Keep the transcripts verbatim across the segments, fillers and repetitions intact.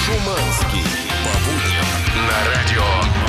Шуманский. По будням на радио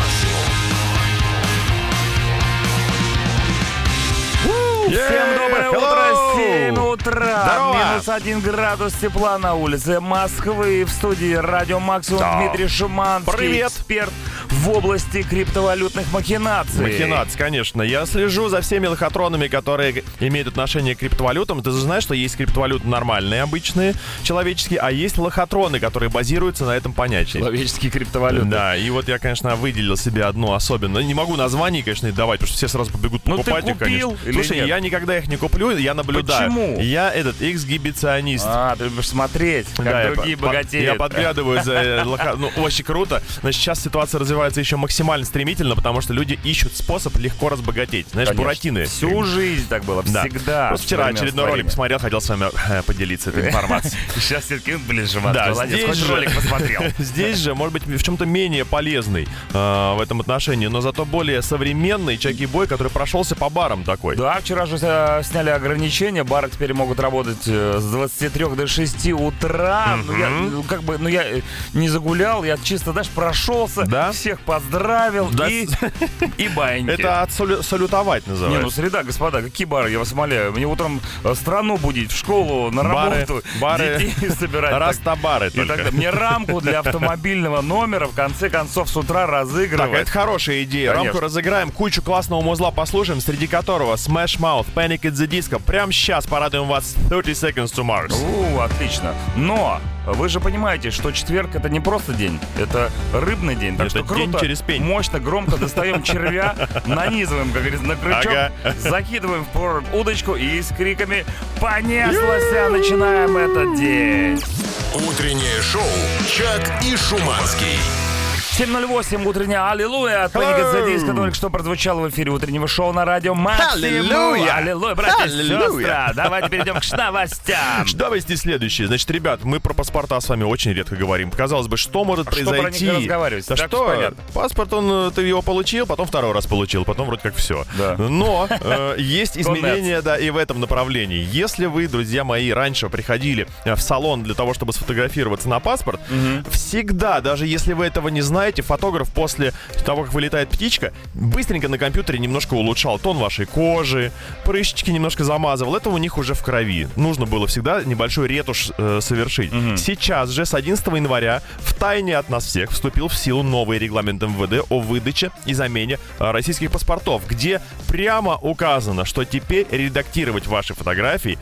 Максимум. Всем доброе утро, семь утра, Здорово. минус один градус тепла на улице Москвы. В студии радио Максимум Да. Дмитрий Шуманский, Привет. эксперт в области криптовалютных махинаций. Махинаций, конечно. Я слежу за всеми лохотронами, которые имеют отношение к криптовалютам. Ты же знаешь, что есть криптовалюты нормальные, обычные, человеческие, а есть лохотроны, которые базируются на этом понятии. Человеческие криптовалюты. Да, и вот я, конечно, выделил себе одну особенно. Не могу название, конечно, давать, потому что все сразу побегут Ну, ты покупать их, купил конечно. или Слушай, нет? я никогда их не куплю, я наблюдаю. Почему? Я этот эксгибиционист. А, ты любишь смотреть, как Да, другие я, по- богатеют. я подглядываю за э, лоха- ну, очень круто. Значит, сейчас ситуация развивается еще максимально стремительно, потому что люди ищут способ легко разбогатеть. Знаешь, Конечно. буратины. Всю жизнь так было, Да. всегда. Просто вчера Времен очередной ролик творения. посмотрел, хотел с вами э, поделиться этой информацией. Сейчас все таки, блин, Шуманский, Да, молодец, здесь хоть же- ролик посмотрел. Здесь же, может быть, в чем-то менее полезный э, в этом отношении, но зато более современный чаки-бой, который прошелся по барам такой. Да, вчера же э, сняли ограничения, бары теперь могут работать э, с двадцати трёх до шести утра. Ну, я, ну, как бы, ну, я э, не загулял, я чисто, знаешь, прошелся, Да? всех поздравил Да. и, и баньки. Это отсалютовать Не, ну, называется. среда, господа, какие бары, я вас умоляю. Мне утром э, страну будить, в школу, на Бары, работу, бары, детей собирать. так- Растабары и только. так далее. Мне рамку для автомобильного номера в конце концов с утра Так, разыгрывать. это хорошая идея. Конечно. Рамку разыграем, кучу классного музла послушаем, среди которого Smash Mouth, Panic at the Disco. Прямо сейчас порадуем вас thirty seconds to Mars. У, отлично. Но вы же понимаете, что четверг — это не просто день, это рыбный день. Так Это что день круто, через пень. мощно, громко достаем червя, нанизываем, как говорится, на крючок, Ага. закидываем в порт удочку и с криками «Понеслась!» начинаем этот день. Утреннее шоу «Чак и Шуманский». семь ноль восемь, утренняя аллилуйя от Panic at the Disco только что прозвучало в эфире утреннего шоу на радио Максимум. Аллилуйя! Аллилуйя, братья и Аллилуйя! сестры. Давайте перейдем к новостям. Новости следующие. Значит, ребят, мы про паспорта с вами очень редко говорим. Казалось бы, что может А что про произойти? них разговаривать? Да Так что? понятно. Паспорт, он, э, ты его получил, потом второй раз получил, потом вроде как все. Да. Но э, есть Конец. изменения, да, и в этом направлении. Если вы, друзья мои, раньше приходили э, в салон для того, чтобы сфотографироваться на паспорт, всегда, даже если вы этого не знаете, фотограф после того, как вылетает птичка, быстренько на компьютере немножко улучшал тон вашей кожи, прыщички немножко замазывал. Это у них уже в крови. Нужно было всегда небольшой ретушь э, совершить. Сейчас же, с одиннадцатого января, в тайне от нас всех вступил в силу новый регламент эм вэ дэ о выдаче и замене э, российских паспортов, где прямо указано, что теперь редактировать ваши фотографии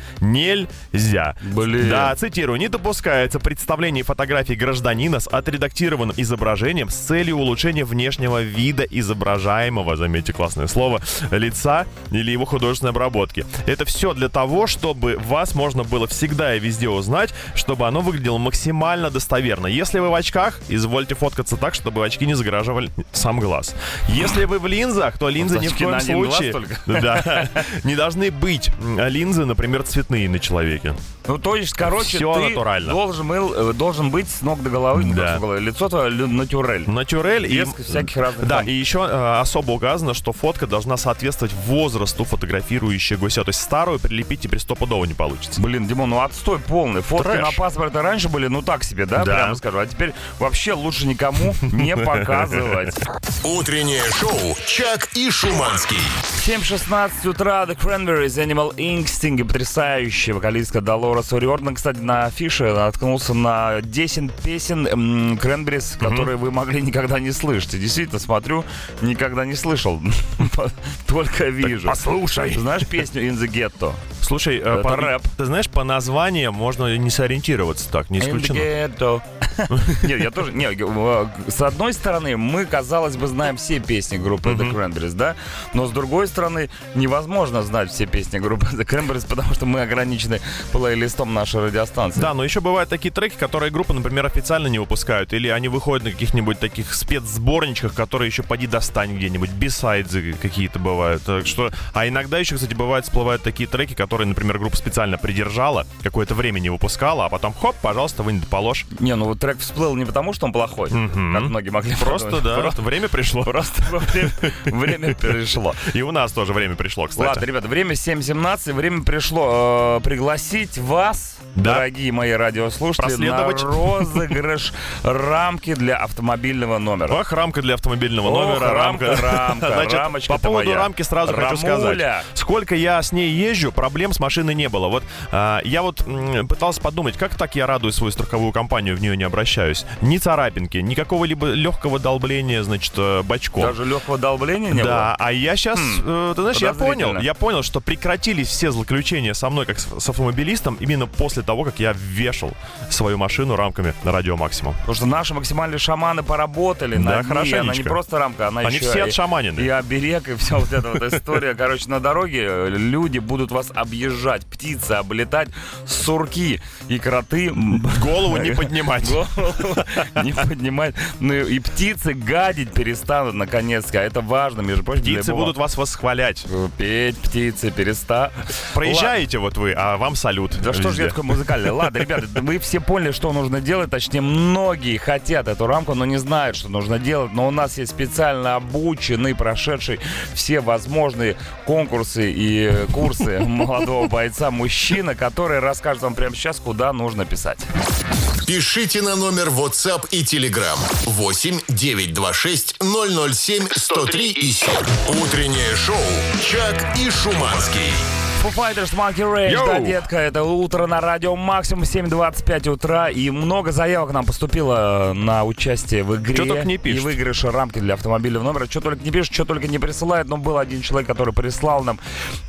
нельзя. Блин. Да, цитирую. «Не допускается представление фотографий гражданина с отредактированным изображением с целью улучшения внешнего вида изображаемого», заметьте классное слово, лица или его художественной обработки. Это все для того, чтобы вас можно было всегда и везде узнать, чтобы оно выглядело максимально достоверно. Если вы в очках, извольте фоткаться так, чтобы очки не загораживали сам глаз. Если вы в линзах, то линзы ни в очки коем на один глаз случае только? да, не должны быть м, линзы, например, цветные на человеке. Ну, то есть, короче, Всё ты натурально. Должен, был, э, должен быть с ног до головы, не Да. просто с головы, лицо твое лю- натюрель. Натюрель и Без всяких разных да, там. и еще э, особо указано, что фотка должна соответствовать возрасту фотографирующегося. То есть старую прилепить теперь стопудово не получится. Блин, Димон, ну отстой полный. Фотки Трэш. на паспорте раньше были, ну так себе, да, Да. прямо скажу. А теперь вообще лучше никому не показывать. Утреннее шоу «Чак и Шуманский». семь шестнадцать утра, The Cranberries, Animal Instinct, потрясающая вокалистка Долорес О'Риордан, кстати, на афише наткнулся на десять песен м, Cranberries, которые вы могли никогда не слышать. И действительно, смотрю, никогда не слышал, только вижу. послушай. Знаешь песню In the Ghetto? Слушай, э, Это по, рэп. ты знаешь, по названиям можно не сориентироваться так, не In the исключено. Ghetto. Нет, я тоже... Не, э, с одной стороны, мы, казалось бы, знаем все песни группы The Cranberries, да? Но с другой стороны, невозможно знать все песни группы The Cranberries, потому что мы ограничены плейлистом нашей радиостанции. Да, но еще бывают такие треки, которые группы, например, официально не выпускают, или они выходят на каких-нибудь таких спецсборничках, которые еще поди достань где-нибудь, бисайдзы какие-то бывают. Так что, а иногда еще, кстати, бывают, всплывают такие треки, которые, например, группа специально придержала, какое-то время не выпускала, а потом хоп, пожалуйста, вынь да положь. Не, ну вот трек всплыл не потому, что он плохой, Мгм. как многие могли Просто, подумать. да, Просто, время пришло. просто время, время пришло. И у нас тоже время пришло, кстати. Ладно, ребята, время семь семнадцать, время пришло э, пригласить вас, Да. дорогие мои радиослушатели, на Проследовать. розыгрыш рамки для автомобильного номера. Ох, рамка для автомобильного Ох, номера. рамка, рамка, Значит, рамочка-то по поводу моя. рамки сразу хочу Рамуля. сказать. Сколько я с ней езжу, проблем с машиной не было. Вот а, я вот м, пытался подумать, как так я радую свою страховую компанию, в нее не обращаюсь. Ни царапинки, ни какого-либо легкого долбления, значит, э, бачком. Даже легкого долбления не Да, было? а я сейчас, Хм, ты знаешь, я подозрительно. понял, я понял, что прекратились все злоключения со мной, как с, с автомобилистом, именно после того, как я вешал свою машину рамками на Радио Максимум. Потому что наши максимальные шаманы поработали Да, над ней. Она не хорошенечко. просто рамка, она Они еще все и, отшаманены. и оберег, и вся вот эта вот история. Короче, на дороге люди будут вас объезжать, птицы облетать, сурки и кроты. Голову не поднимать. Голову не поднимать. Ну и птицы гадить перестанут наконец-то. А это важно, между прочим. для Птицы любого. будут вас восхвалять. Петь птицы, переста. Проезжаете вот вы, а вам салют. Да что ж везде. я такой музыкальный? Ладно, ребята, вы все поняли, что нужно делать. Точнее, многие хотят эту рамку, но не знают, что нужно делать. Но у нас есть специально обученный, прошедший все возможные конкурсы и курсы молодого бойца мужчина, который расскажет вам прямо сейчас, куда нужно писать. Пишите на номер WhatsApp и Telegram восемь девятьсот двадцать шесть ноль ноль семь сто три и семь. Утреннее шоу «Чак и Шуманский». Foo Fighters, Monkey Rage, Йоу! да, детка, это утро на радио Максимум, семь двадцать пять утра, и много заявок нам поступило на участие в игре. Чё только не и пишут. выигрыше рамки для автомобильного номера. Что только не пишут, что только не присылают, но был один человек, который прислал нам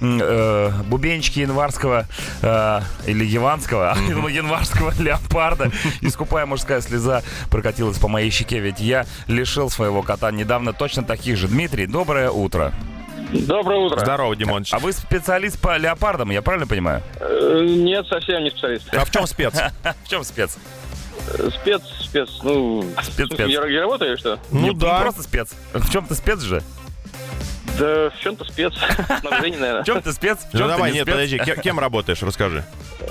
э, бубенчики январского э, или яванского, mm-hmm. январского леопарда. Искупая мужская слеза прокатилась по моей щеке, ведь я лишил своего кота недавно точно таких же. Дмитрий, доброе утро. Доброе утро. Здорово, Димоныч. А вы специалист по леопардам, я правильно понимаю? Э, Нет, совсем не специалист. А в чем спец? В чем спец? Э, Спец, спец, ну... Спец, в смысле, спец. Я, я работаю, что? Ну Не- да. Не просто спец. В чем ты спец же? Да в чем-то спец. Снабжение, В наверное. чем ты спец? В Ну чем ты давай, не нет, спец? подожди, ке- кем работаешь, расскажи.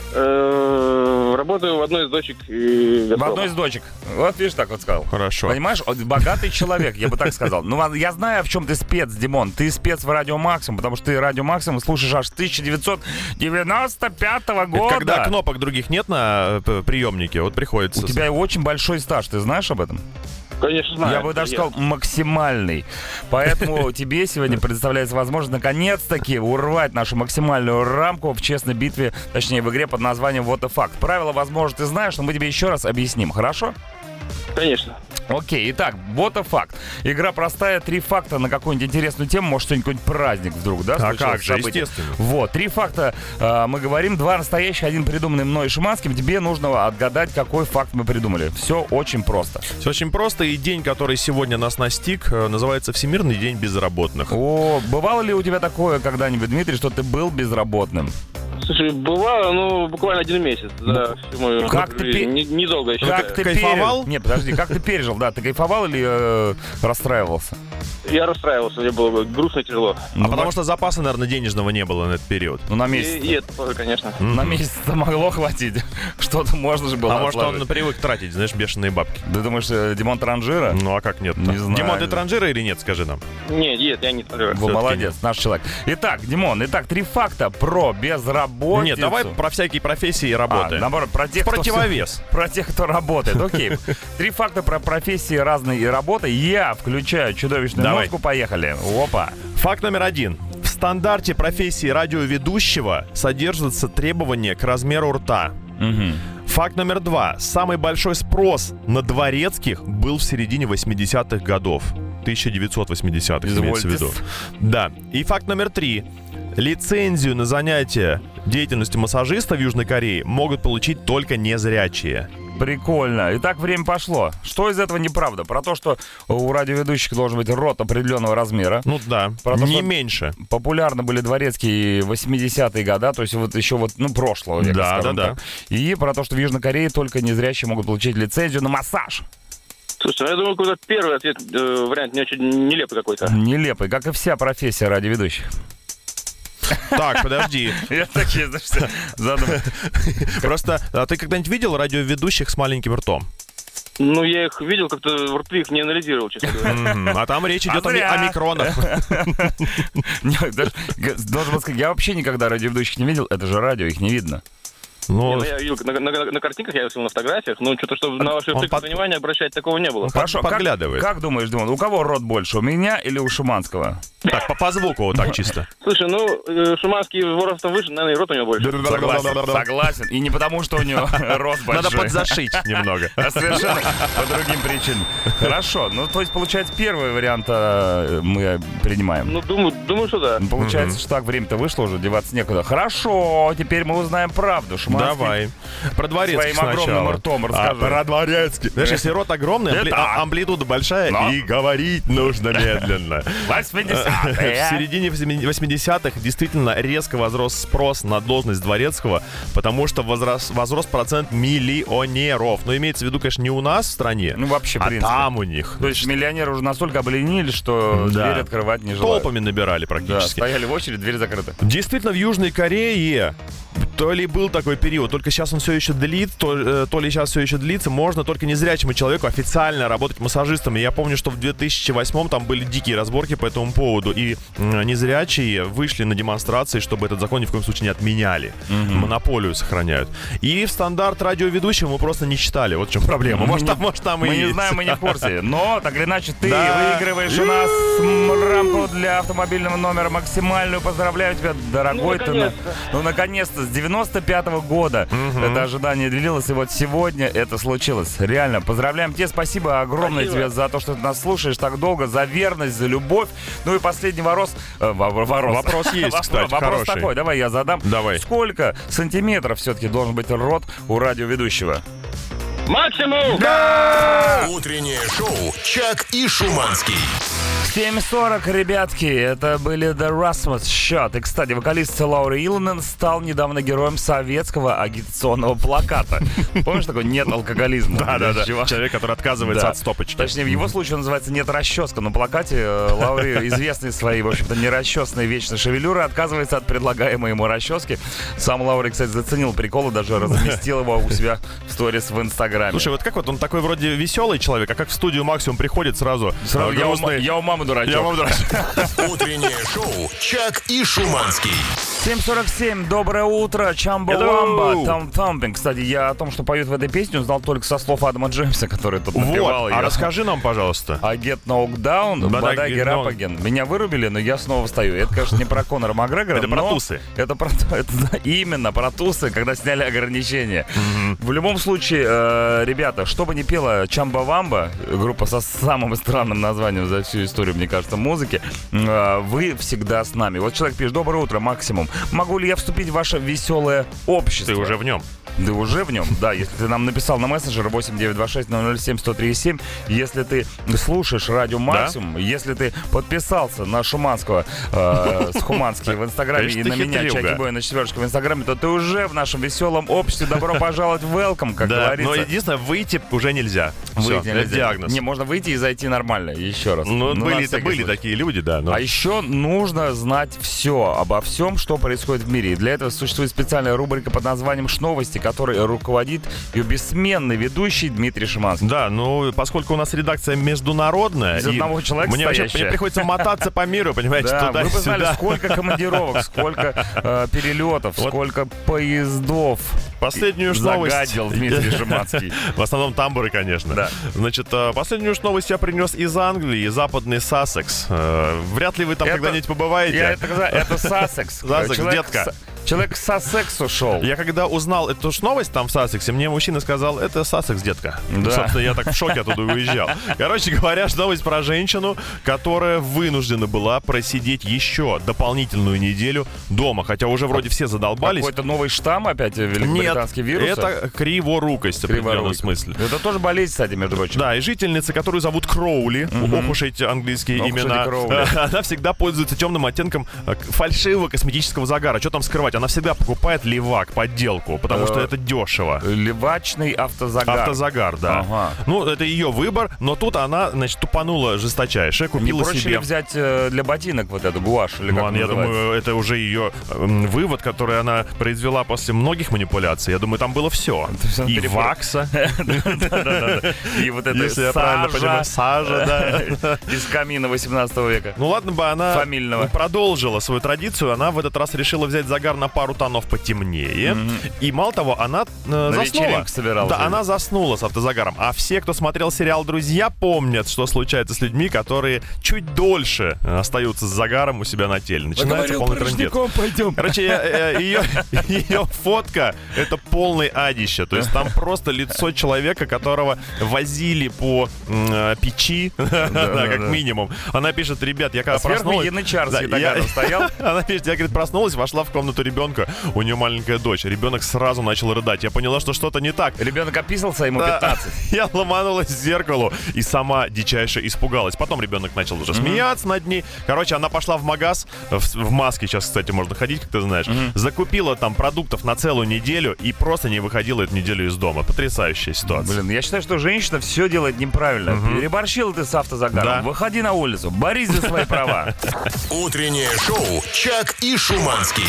Э, Работаю в одной из дочек э, В «Газпрома». одной из дочек. Вот видишь, так вот сказал. Хорошо. Понимаешь, он богатый человек, я бы так сказал. Ну, ладно, я знаю, в чем ты спец, Димон. Ты спец в Радио Максимум, потому что ты Радио Максимум слушаешь аж с тысяча девятьсот девяносто пятого Это года. когда кнопок других нет на э, приемнике, вот приходится... У тебя очень большой стаж, ты знаешь об этом? Конечно, знаю. Я бы даже Нет. сказал максимальный. Поэтому тебе сегодня предоставляется возможность наконец-таки урвать нашу максимальную рамку в честной битве, точнее в игре под названием «Вот и факт». Правила, возможно, ты знаешь, но мы тебе еще раз объясним, хорошо? Конечно. Окей, итак, вот и факт. Игра простая, три факта на какую-нибудь интересную тему, может, что-нибудь праздник вдруг, да? А случился, как же, событие. естественно. Вот, три факта э, мы говорим, два настоящих, один придуманный мной и Шиманским. Тебе нужно отгадать, какой факт мы придумали. Все очень просто. Все очень просто, и день, который сегодня нас настиг, э, называется Всемирный день безработных. О, бывало ли у тебя такое когда-нибудь, Дмитрий, что ты был безработным? Слушай, бывало, ну, буквально один месяц за всю мою Как ты жизнь. пе- Не- Недолго еще. Как ты кайфовал? пережил? Нет, подожди, как ты пережил? Да, ты кайфовал или э, расстраивался? Я расстраивался, мне было бы грустно и тяжело. Ну, А потому что запаса, наверное, денежного не было на этот период. Ну, на И, месяц. и это тоже, конечно. На месяц-то могло хватить. Что-то можно же было А может, отложить. он привык тратить, знаешь, бешеные бабки. Ты думаешь, э, Димон Транжира? Ну а как нет? Не знаю. Димон, ты транжира или нет, скажи нам. Нет, нет, я не смотрю. Вы всё-таки молодец, наш человек. Итак, Димон, итак, три факта про безработицу. Нет, давай про всякие профессии и работы. А, наоборот, про тех, В кто противовес. всё- про тех, кто работает. Окей. Три факта про профессии разные и работы. Я включаю чудовищную Давай. нотку. Поехали. Опа. Факт номер один. В стандарте профессии радиоведущего содержатся требования к размеру рта. Мгм. Факт номер два. Самый большой спрос на дворецких был в середине восьмидесятых годов. тысяча девятьсот восьмидесятых, имеется в виду. Извольтесь. Да. И факт номер три. Лицензию на занятие деятельностью массажиста в Южной Корее могут получить только незрячие. Прикольно. Итак, время пошло. Что из этого неправда? Про то, что у радиоведущих должен быть рот определенного размера. Ну да, Про то, не что- меньше. Популярны были дворецкие восьмидесятые года, то есть вот еще вот, ну, прошлого века, Да, скажем да, так. И про то, что в Южной Корее только незрячие могут получить лицензию на массаж. Слушай, ну я думаю, какой-то первый ответ, э, вариант не очень нелепый какой-то. Нелепый, как и вся профессия радиоведущих. Так, подожди. Я такие, знаешь, задум- Просто, а ты когда-нибудь видел радиоведущих с маленьким ртом? Ну, я их видел, как-то в рты их не анализировал, честно говоря. А там речь идет А о ми- зря. о микронах. Нет, даже, г- должен был сказать, я вообще никогда радиоведущих не видел. Это же радио, их не видно. Не, Ну, ну, я видел на, на- на картинках, я видел на фотографиях, но что-то, что на ваши он рты под- внимание обращать, такого не было. Он Хорошо, как, подглядывает. как думаешь, Димон, у кого рот больше, у меня или у Шуманского? так, по, по звуку вот так чисто. Слушай, ну, э, Шуманский ростом выше, наверное, и рот у него больше. Согласен, согласен. И не потому, что у него рост большой. Надо подзашить немного. А совершенно по другим причинам. Хорошо, ну то есть получается первый вариант э, мы принимаем. Ну, думаю, думаю, что да. Ну, Получается, что так время-то вышло уже, деваться некуда. Хорошо, теперь мы узнаем правду. Шуманский Давай. Про дворецкий своим огромным сначала. ртом А, расскажи. про дворецкий. Знаешь, если рот огромный, ампли- Это- а- амплитуда большая, Но. и говорить нужно медленно. В восьмидесятые. середине восьмидесятых действительно резко возрос спрос на должность дворецкого, потому что возрос, возрос процент миллионеров. Но имеется в виду, конечно, не у нас в стране, Ну, вообще, в а принципе. там у них. То есть миллионеры уже настолько обленились, что Да. дверь открывать не желают. Толпами набирали Да, практически. стояли в очередь, дверь закрыта. Действительно, в Южной Корее то ли был такой период, только сейчас он все еще длится, то, э, то ли сейчас все еще длится, можно только незрячему человеку официально работать массажистом. И я помню, что в две тысячи восьмом там были дикие разборки по этому поводу, и м, незрячие вышли на демонстрации, чтобы этот закон ни в коем случае не отменяли. Монополию сохраняют. И в стандарт радиоведущего мы просто не читали. Вот в чем проблема. Может, там, может, там и Мы не есть. знаем, мы не в курсе. Но, так или иначе, ты Да. выигрываешь у нас м, рамку для автомобильного номера максимальную. Поздравляю тебя, дорогой Ну, ты. на- наконец-то. Ну, наконец-то, с девяносто пятого года это ожидание длилось, и вот сегодня это случилось. Реально, поздравляем тебя, спасибо огромное Спасибо. тебе за то, что ты нас слушаешь так долго, за верность, за любовь. Ну и последний вопрос. э, во- ворос. Вопрос есть, Вопро- кстати, Вопрос хороший. такой, давай я задам. Давай. Сколько сантиметров все-таки должен быть рот у радиоведущего? Максимум! Утреннее шоу «Чак и Шуманский». семь сорок, ребятки, это были The Rasmus Shot. И, кстати, вокалист Лаури Илонен стал недавно героем советского агитационного плаката. Помнишь такой «Нет алкоголизма»? Да-да-да. Чувак. Человек, который отказывается Да. от стопочки. Точнее, в его случае он называется «Нет расческа». На плакате э, Лаури, известный своей, в общем-то, нерасчесанной вечной шевелюрой, отказывается от предлагаемой ему расчески. Сам Лаури, кстати, заценил прикол и даже разместил его у себя в сторис в Инстаграме. Слушай, вот как вот он такой вроде веселый человек, а как в студию Максимум приходит сразу, Сразу э, я, у, ма- грустный. я у мамы дурачок. Я вам нравится. Утреннее шоу «Чак и Шуманский». семь сорок семь, доброе утро, Чамба Hello. Ламба, Там Тампинг. Кстати, я о том, что поют в этой песне, узнал только со слов Адама Джеймса, который тут напевал Вот, ее. а расскажи нам, пожалуйста. I get knocked down, But but I I get get up knocked. again. Меня вырубили, но я снова встаю. Это, конечно, не про Конора Макгрегора, Это про но тусы. Это про это, да, именно про тусы, когда сняли ограничения. В любом случае, э, ребята, что бы ни пела Чамба Вамба, группа со самым странным названием за всю историю, мне кажется, музыки, э, вы всегда с нами. Вот человек пишет: доброе утро, Максимум. Могу ли я вступить в ваше веселое общество? Ты уже в нем. Ты уже в нем, да, если ты нам написал на мессенджер восемь девятьсот двадцать шесть ноль ноль семь сто три семь, если ты слушаешь радио Максимум, если ты подписался на Шуманского э, с Хуманский в Инстаграме Конечно, и ты на меня, хитрюга. Чаки Бой, на четверочке в Инстаграме, то ты уже в нашем веселом обществе. Добро пожаловать, welcome, как Да, говорится. но единственное, выйти уже нельзя. Всё, Выйти это нельзя. диагноз. Не, можно выйти и зайти нормально, еще раз. Ну, на были, всякий были случай. такие люди, да. но- А еще нужно знать все обо всем, что происходит в мире. И для этого существует специальная рубрика под названием «Шновости», которой руководит ее бессменный ведущий Дмитрий Шиманский. Да, ну, поскольку у нас редакция международная, Из и одного человека мне, вообще, стоящая. мне приходится мотаться по миру, понимаете, Да, вы бы знали, туда-сюда. сколько командировок, сколько э, перелетов, Вот. сколько поездов Последнюю ж новость. загадил Дмитрий Шиманский. В основном тамбуры, конечно. Да. Значит, э, последнюю ж новость я принес из Англии, западный Сассекс. Э, Вряд ли вы там Это- когда-нибудь побываете. Я это сказал, это Сассекс. Сассекс, Человек детка. с- Человек к Сассексу шел. Я когда узнал эту ж новость там в Сассексе, мне мужчина сказал: это Сассекс, детка. Да. Собственно, я так в шоке оттуда уезжал. Короче говоря, ж новость про женщину, которая вынуждена была просидеть еще дополнительную неделю дома. Хотя уже вроде все задолбались. Какой-то новый штамм опять великобританский Нет, вирус. это криворукость в определенном смысле. Это тоже болезнь, кстати, между прочим. Да, и жительница, которую зовут Кроули, ох уж эти английские Ох уж эти имена, Кроули. она всегда пользуется темным оттенком э, фальшивого косметического загара. Что там скрывать? покупать. Она всегда покупает левак, подделку, потому что это дешево. Левачный автозагар. Автозагар, да. Ага. Ну, это ее выбор, но тут она, значит, тупанула жесточайше, купила Не проще себе... ли взять э, для ботинок вот эту гуашь? Или Ну, как она, я называется? думаю, это уже ее э, вывод, который она произвела после многих манипуляций. Я думаю, там было все. И вакса. И вот это Если я правильно понимаю, сажа, да. из камина восемнадцатого века. Ну ладно бы она Фамильного. продолжила свою традицию. Она в этот раз решила взять загар на пару тонов потемнее. И мало того, она э, На заснула. вечеринку собиралась. Да, она заснула с автозагаром. А все, кто смотрел сериал «Друзья», помнят, что случается с людьми, которые чуть дольше остаются с загаром у себя на теле. Начинается полный трындец. Пойдем. Короче, э, э, ее, ее фотка — это полный адище. То есть там просто лицо человека, которого возили по э, печи, да, как минимум. Она пишет: ребят, я когда Сверху проснулась... янычарский Да, я- Таганов стоял. Она пишет: я, говорит, проснулась, вошла в комнату ребенка, у нее маленькая дочь. Ребенок сразу начал рыдать. Я поняла, что что-то не так. Ребенок описался, ему Да. пятнадцать. Я ломанулась к зеркалу и сама дичайше испугалась. Потом ребенок начал уже смеяться над ней. Короче, она пошла в магаз, в, в маске сейчас, кстати, можно ходить, как ты знаешь, закупила там продуктов на целую неделю и просто не выходила эту неделю из дома. Потрясающая ситуация. Блин, я считаю, что женщина все делает неправильно. Переборщил ты с автозагаром. Да. Выходи на улицу, борись за свои права. Утреннее шоу «Чак и Шуманский».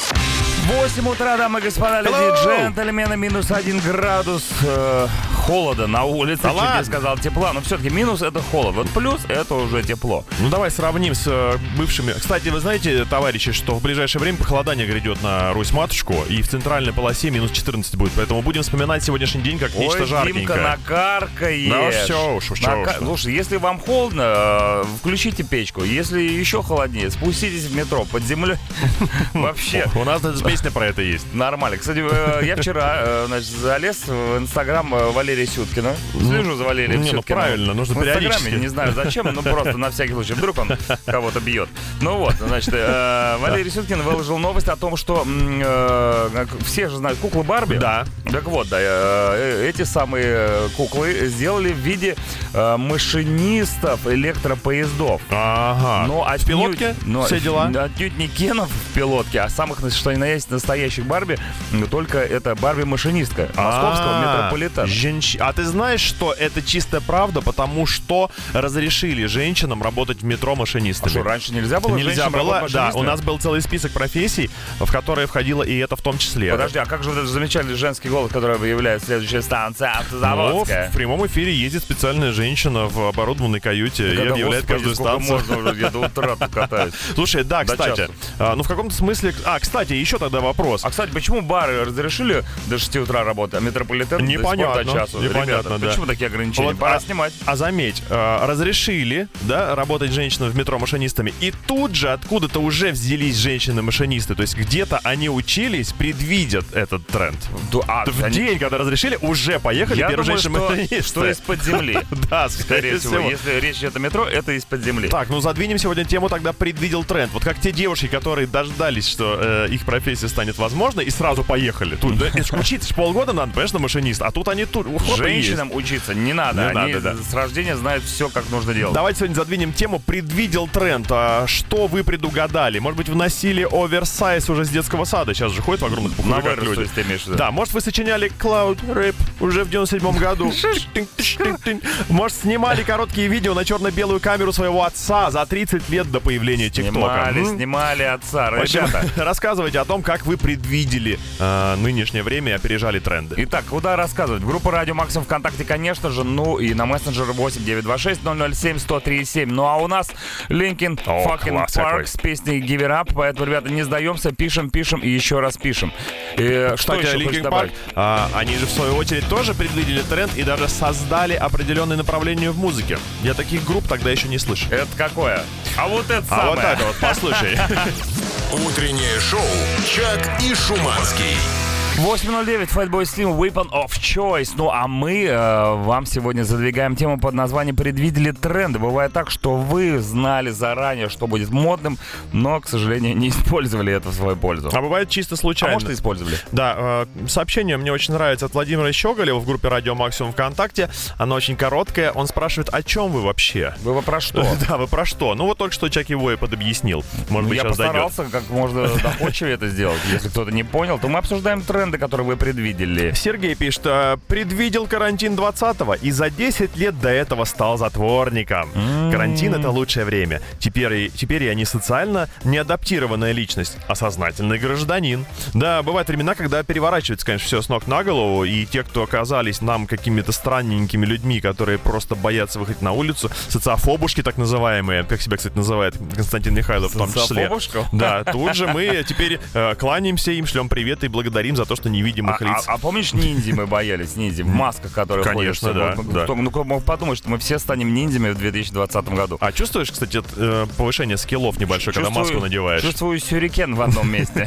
восемь утра, дамы и господа, леди и джентльмены, минус один градус э, холода на улице. Да Чуть ладно? не сказал тепла, но все-таки минус — это холод. Вот плюс — это уже тепло. Ну давай сравним с э, бывшими. Кстати, вы знаете, товарищи, что в ближайшее время похолодание грядет на Русь-матушку, и в центральной полосе минус четырнадцать будет. Поэтому будем вспоминать сегодняшний день как нечто Ой, жаркенькое. Димка, накаркаешь. Да всё уж, всё Нака- уж. Слушай, если вам холодно, э, включите печку. Если еще холоднее, спуститесь в метро под землей. Вообще. У нас даже песня про это есть. Нормально. Кстати, э, я вчера, э, значит, залез в инстаграм э, Валерия Сюткина. Слежу за Валерием Не, ну Сюткиным. правильно, нужно в инстаграме, периодически. не знаю зачем, но просто на всякий случай. Вдруг он кого-то бьет. Ну вот, значит, э, Валерий Сюткин выложил новость о том, что м, э, как все же знают куклу Барби. Да. Так вот, да, э, эти самые куклы сделали в виде э, машинистов электропоездов. Ага. Но в отнюдь- пилотке но все дела. Отнюдь не Кенов в пилотке, а самых, что ни на есть, настоящих Барби, но только это Барби-машинистка московского А, метрополитена. женщ- А ты знаешь, что это чистая правда, потому что разрешили женщинам работать в метро машинистами. А что, раньше нельзя было Нельзя женщинам было, работать да, машинистами? у нас был целый список профессий, в которые входило и это в том числе. Подожди, а как же вот этот замечательный женский голос, который выявляет следующая станция Ну, Автозаводская? в прямом эфире ездит специальная женщина в оборудованной каюте и Когда, объявляет господи, каждую сколько станцию. можно уже, я до утра тут катаюсь. Слушай, да, До кстати, часу. а, ну в каком-то смысле... А, кстати, еще тогда вопрос. А, кстати, почему бары разрешили до шести утра работать, а метрополитен Непонятно, до сих пор до часу? непонятно, Ребята, да. почему такие ограничения? Вот, Пора а- снимать. А заметь, э, разрешили, да, работать женщинам в метро машинистами, и тут же откуда-то уже взялись женщины-машинисты. То есть где-то они учились, предвидят этот тренд. Да, а, В они- день, когда разрешили, уже поехали Я первые думаю, что, женщины-машинисты. что из-под земли. Да, Скорее всего, если речь идет о метро, это из-под земли. Так, ну задвинем сегодня тему, тогда предвидел тренд. Вот как те девушки, которые дождались, что э, их профессия станет возможной, и сразу поехали. Тут да, это ж учиться ж полгода надо, понимаешь, на машинист, а тут они тут... хоп, и есть. Женщинам учиться не надо. Не Они надо, да. с рождения знают все, как нужно делать. Давайте сегодня задвинем тему «Предвидел тренд». А что вы предугадали? Может быть, вносили оверсайз уже с детского сада? Сейчас же ходят в огромных На пуховиках вырос, то люди. есть ты имеешь в виду? Да, может, вы сочиняли Cloud Rap уже в девяносто седьмом году. Может, снимали короткие видео на черно-белую камеру своего отца за тридцать лет до появления ТикТока. Снимали, М? снимали отца. В общем, Ребята. рассказывайте о том, как вы предвидели э, нынешнее время и опережали тренды. Итак, куда рассказывать? Группа Радио Максимум ВКонтакте, конечно же, ну и на мессенджер восемь девятьсот двадцать шесть ноль ноль семь сто три семь. Ну а у нас Linkin О, Fucking класс Park какой. с песней Give It Up, поэтому, ребята, не сдаемся, пишем, пишем и еще раз пишем. И что Кстати, еще хочешь Linkin Park, добавить? а, они же в свою очередь тоже предвидели тренд и даже создали определенные направления в музыке. Я таких групп тогда еще не слышал. Это какое? А вот это А самое. вот это вот, послушай. Утреннее шоу «Чак и Шуманский». восемь ноль девять, Fatboy Slim, Weapon of Choice. Ну, а мы э, вам сегодня задвигаем тему под названием «Предвидели тренды». Бывает так, что вы знали заранее, что будет модным, но, к сожалению, не использовали это в свою пользу. А бывает чисто случайно. А может, и использовали. Да, э, сообщение мне очень нравится от Владимира Щеголева в группе «Радио Максимум» ВКонтакте. Оно очень короткое. Он спрашивает, о чем вы вообще? Вы про что? Да, вы про что? Ну, вот только что Чаки Вой подобъяснил. Может быть, Я сейчас дойдет. постарался как можно доходчивее это сделать. Если кто-то не понял, то мы обсуждаем тренды, которые вы предвидели. Сергей пишет, предвидел карантин двадцатого и за десять лет до этого стал затворником. Mm-hmm. Карантин — это лучшее время. Теперь, теперь я не социально неадаптированная личность, а сознательный гражданин. Да, бывают времена, когда переворачивается, конечно, все с ног на голову, и те, кто оказались нам какими-то странненькими людьми, которые просто боятся выходить на улицу, социофобушки так называемые, как себя, кстати, называет Константин Михайлов в том числе. Да, тут же мы теперь э, кланяемся им, шлем привет и благодарим за то, что не видим их а, лиц. А, а помнишь, ниндзя мы боялись, ниндзя в масках, которые ходят? Конечно, да, вот, да. Кто, ну, кто мог подумать, что мы все станем ниндзями в две тысячи двадцатом году? А чувствуешь, кстати, э, повышение скиллов небольшое, чувствую, когда маску надеваешь? Чувствую сюрикен в одном месте.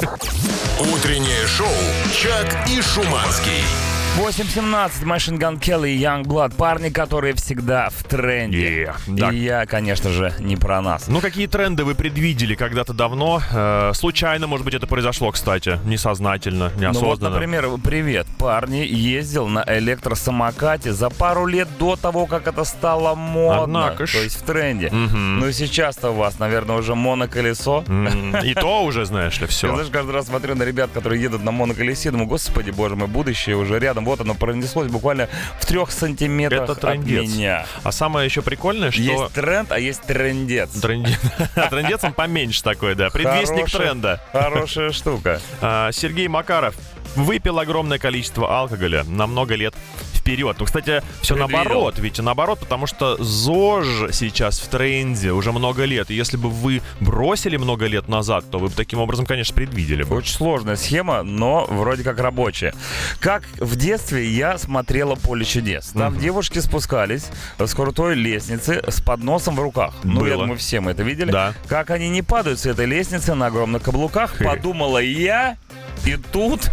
Утреннее шоу «Чак и Шуманский». восемь семнадцать, Machine Gun Kelly и Youngblood. Парни, которые всегда в тренде. Yeah, и я, конечно же, не про нас. Ну, какие тренды вы предвидели когда-то давно? Э, случайно, может быть, это произошло, кстати. Несознательно, неосознанно. Ну вот, например, привет, парни, ездил на электросамокате за пару лет до того, как это стало модно. Однако ж. То есть в тренде. Угу. Ну и сейчас-то у вас, наверное, уже моноколесо. Mm-hmm. И то уже, знаешь ли, все. Я, знаешь, каждый раз смотрю на ребят, которые едут на моноколесе, думаю, господи, боже мой, будущее уже рядом. Вот оно пронеслось буквально в трех сантиметрах Это трендец. от меня. А самое еще прикольное, что... Есть тренд, а есть трендец. Трендец. Трендец он поменьше такой, да. Предвестник Хорошая, тренда. Хорошая штука. А, Сергей Макаров выпил огромное количество алкоголя на много лет вперед. Ну, кстати, все Предвидел. наоборот, ведь наоборот, потому что ЗОЖ сейчас в тренде уже много лет. И если бы вы бросили много лет назад, то вы бы таким образом, конечно, предвидели бы. Очень сложная схема, но вроде как рабочая. Как в детстве я смотрела «Поле чудес». Там mm-hmm. девушки спускались с крутой лестницы с подносом в руках. Ну, Было. я думаю, все мы это видели. Да. Как они не падают с этой лестницы на огромных каблуках, подумала я, и тут...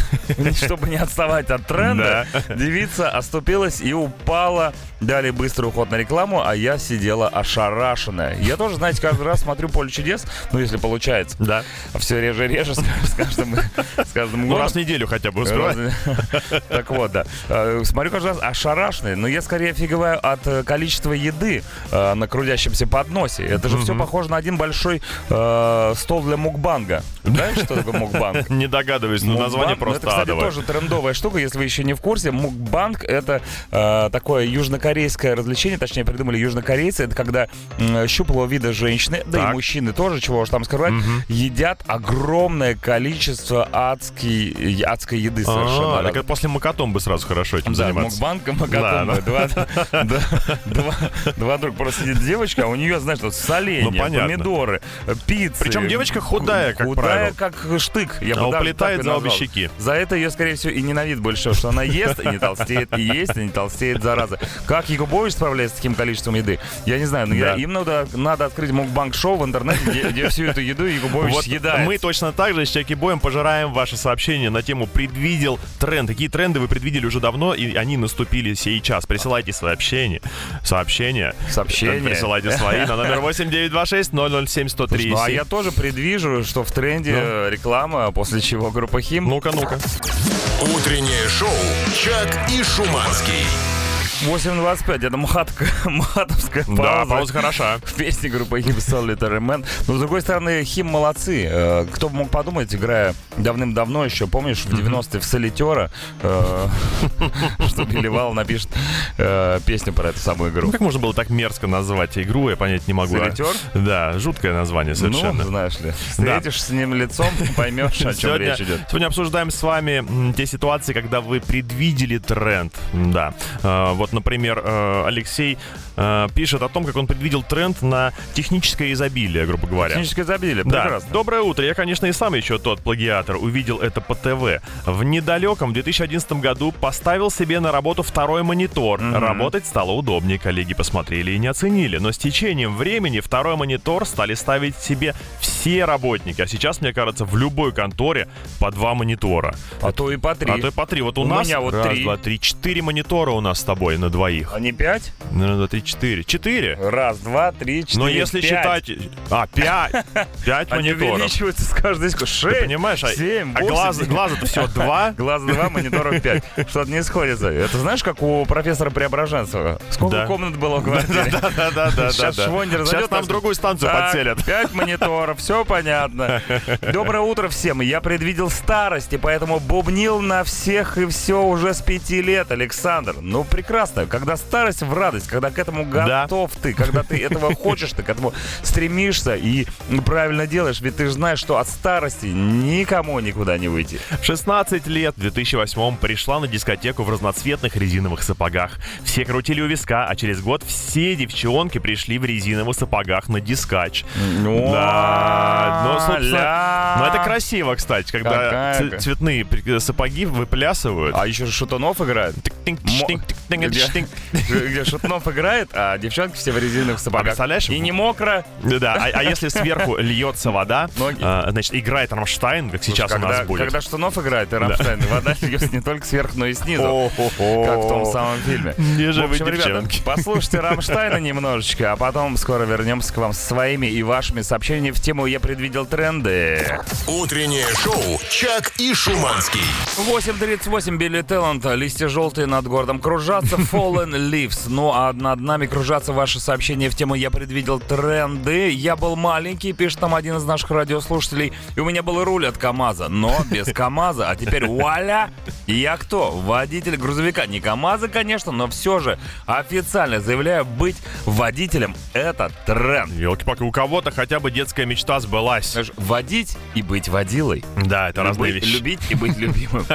Чтобы не отставать от тренда, да. Девица оступилась и упала. Дали быстрый уход на рекламу, а я сидела ошарашенная. Я тоже, знаете, каждый раз смотрю «Поле чудес», ну, если получается. Да. А все реже и реже с каждым, с каждым ну, годом. раз в неделю хотя бы успевать. Так вот, да. Смотрю каждый раз ошарашенный, но я скорее офигеваю от количества еды на крутящемся подносе. Это же все похоже на один большой стол для мукбанга. Знаешь, что такое мукбанг? Не догадываюсь, но название просто адовое. Это, кстати, тоже трендовая штука, если вы еще не в курсе. Мукбанг — это такое южнокорейское развлечение, точнее, придумали южнокорейцы. Это когда щуплого вида женщины, да так. и мужчины тоже, чего уж там скрывать, угу. едят огромное количество адской, адской еды совершенно. А, так это после макатомбы сразу хорошо этим да, заниматься. Мукбанг и макатомбы. Два друга. Просто сидит девочка, а у нее, знаешь, вот соленья, помидоры, пиццы. Причем девочка худая, как правило. Худая, как штык. А уплетает за обе щеки. За это ее, скорее всего, и ненавидит больше всего, что она ест и не толстеет, и ест и не толстеет, зараза. Как Якубович справляется с таким количеством еды, я не знаю, но да. я, им надо, надо открыть мукбанг-шоу в интернете, где, где всю эту еду Якубович вот съедает. Мы точно так же с Чаки Боем пожираем ваши сообщения на тему «Предвидел тренд». Какие тренды вы предвидели уже давно, и они наступили сейчас. Присылайте сообщения. Сообщения. Сообщения. Присылайте свои на номер восемь девять два шесть ноль ноль семь сто три. Ну, а я тоже предвижу, что в тренде ну. реклама, после чего группа Хим. Ну-ка, ну-ка. Утреннее шоу «Чак и Шуманский». восемь двадцать пять, это мухатка, мухатовская пауза. Да, пауза хороша. В песне группы Хим «Solitary Man». Но, с другой стороны, Хим молодцы. Кто бы мог подумать, играя давным-давно еще, помнишь, в девяностые в «Солитера», что Билли напишет песню про эту самую игру. Как можно было так мерзко назвать игру, я понять не могу. «Солитер»? Да, жуткое название совершенно. Ну, знаешь ли, встретишь с ним лицом, поймешь, о чем речь идет. Сегодня обсуждаем с вами те ситуации, когда вы предвидели тренд. Да, вот. Вот, например, Алексей пишет о том, как он предвидел тренд на техническое изобилие, грубо говоря. Техническое изобилие, прекрасно. Да. Доброе утро. Я, конечно, и сам еще тот плагиатор. Увидел это по ТВ. В недалеком две тысячи одиннадцатом году поставил себе на работу второй монитор. Mm-hmm. Работать стало удобнее. Коллеги посмотрели и не оценили. Но с течением времени второй монитор стали ставить себе все все работники, а сейчас, мне кажется, в любой конторе по два монитора. А то и по три. А то и по три. Вот у, У нас меня вот раз, три. два, три, четыре монитора у нас с тобой на двоих. А не пять? Раз, два, три, четыре. Четыре? Раз, два, три, четыре, Но если пять. считать... А, пять. Пять Они мониторов. увеличиваются с каждой секунды. Ты Шесть, понимаешь? А, семь, а восемь. глаз, глаза-то всего два. Глаз два, мониторов пять. Что-то не сходится. Это знаешь, как у профессора Преображенцева? Сколько Да. комнат было в квартире? Да-да-да. Сейчас Швондер Сейчас зайдет, нам так, другую станцию так, подселят. Пять мониторов, все понятно. Доброе утро всем. Я предвидел старость, и поэтому бубнил на всех и все уже с пяти лет, Александр. Ну, прекрасно. Когда старость в радость, когда к этому готов ты, когда ты этого хочешь, ты к этому стремишься и правильно делаешь, ведь ты же знаешь, что от старости никому никуда не выйти. В шестнадцать лет в две тысячи восьмом пришла на дискотеку в разноцветных резиновых сапогах. Все крутили у виска, а через год все девчонки пришли в резиновых сапогах на дискач. Ну, Да, ну, собственно, ля. ну это красиво, кстати, когда Какая- ц- цветные при- сапоги выплясывают. А еще Шутунов играет. Мо- Где, где Шутунов играет, а девчонки все в резиновых А сапогах. представляешь? И не мокро. Да, а, а если сверху льется вода, Ноги. а, значит, играет Рамштайн, как сейчас когда, у нас будет. Когда Шутунов играет, и Рамштайн, вода льется не только сверху, но и снизу. Как в том самом фильме. Где же В вы, общем, ребята, девчонки? послушайте Рамштайна немножечко, а потом скоро вернемся к вам со своими и вашими сообщениями в тему «Я предвидел тренды». Утреннее шоу «Чак и Шуманский». восемь тридцать восемь, Билли Талант, листья желтые над городом кружатся, Fallen Leaves. Ну а над нами кружатся ваши сообщения в тему «Я предвидел тренды». Я был маленький, пишет там один из наших радиослушателей, и у меня был руль от КамАЗа, но без КамАЗа. А теперь вуаля! Я кто? Водитель грузовика. Не КамАЗа, конечно, но все же официально заявляю, быть водителем — это тренд. Елки-палки, у кого-то хотя бы детская мечта сбылась. Знаешь, водить и быть водилой. Да, это разные Любить- вещи. Любить и быть любимым.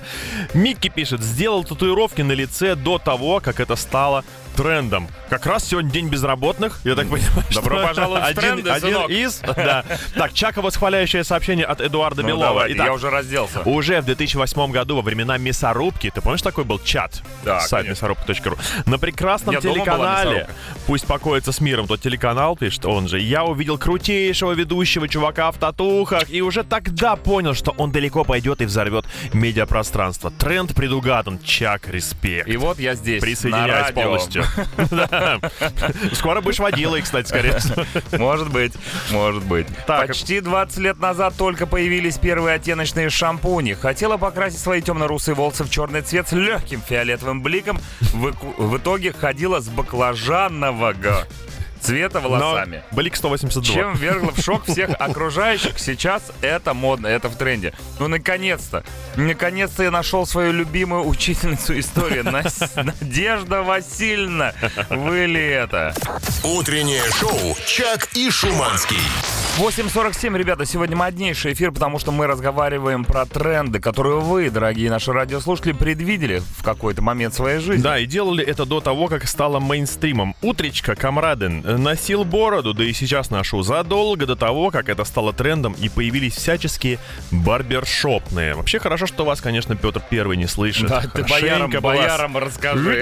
Микки пишет, сделал татуировки на лице до того, как это стало трендом. Как раз сегодня день безработных, я так понимаю. Добро что пожаловать в один, тренды, один сынок. из. Да. Так, Чака восхваляющее сообщение от Эдуарда Ну, Белова. давай, Итак, я уже разделся. уже в две тысячи восьмом году, во времена мясорубки, ты помнишь, такой был чат? Да, Сайт конечно. мясорубка точка ру. На прекрасном Я дома была телеканале, мясорубка. пусть покоится с миром тот телеканал, пишет он же, я увидел крутейшего ведущего чувака в татухах и уже тогда понял, что он далеко пойдет и взорвет медиапространство. Тренд предугадан. Чак, респект. И вот я здесь, Присоединяюсь на радио. полностью. Да. Скоро будешь водилой, кстати, скорее всего. Может быть, может быть. Так. Почти двадцать лет назад только появились первые оттеночные шампуни. Хотела покрасить свои темно-русые волосы в черный цвет с легким фиолетовым бликом. В, в итоге ходила с баклажанового цвета волосами. Но Блик сто восемьдесят два. Чем ввергло в шок всех окружающих. Сейчас это модно, это в тренде. Ну, наконец-то. Наконец-то я нашел свою любимую учительницу истории. Нас- Надежда Васильевна. Вы ли это? Утреннее шоу «Чак и Шуманский». восемь сорок семь, ребята, сегодня моднейший эфир, потому что мы разговариваем про тренды, которые вы, дорогие наши радиослушатели, предвидели в какой-то момент своей жизни. Да, и делали это до того, как стало мейнстримом. Утречка Камраден носил бороду, да и сейчас ношу, задолго до того, как это стало трендом и появились всяческие барбершопные. Вообще хорошо, что вас, конечно, Петр Первый не слышит. Да, ты боярам, Хорошенько бы вас- боярам расскажи.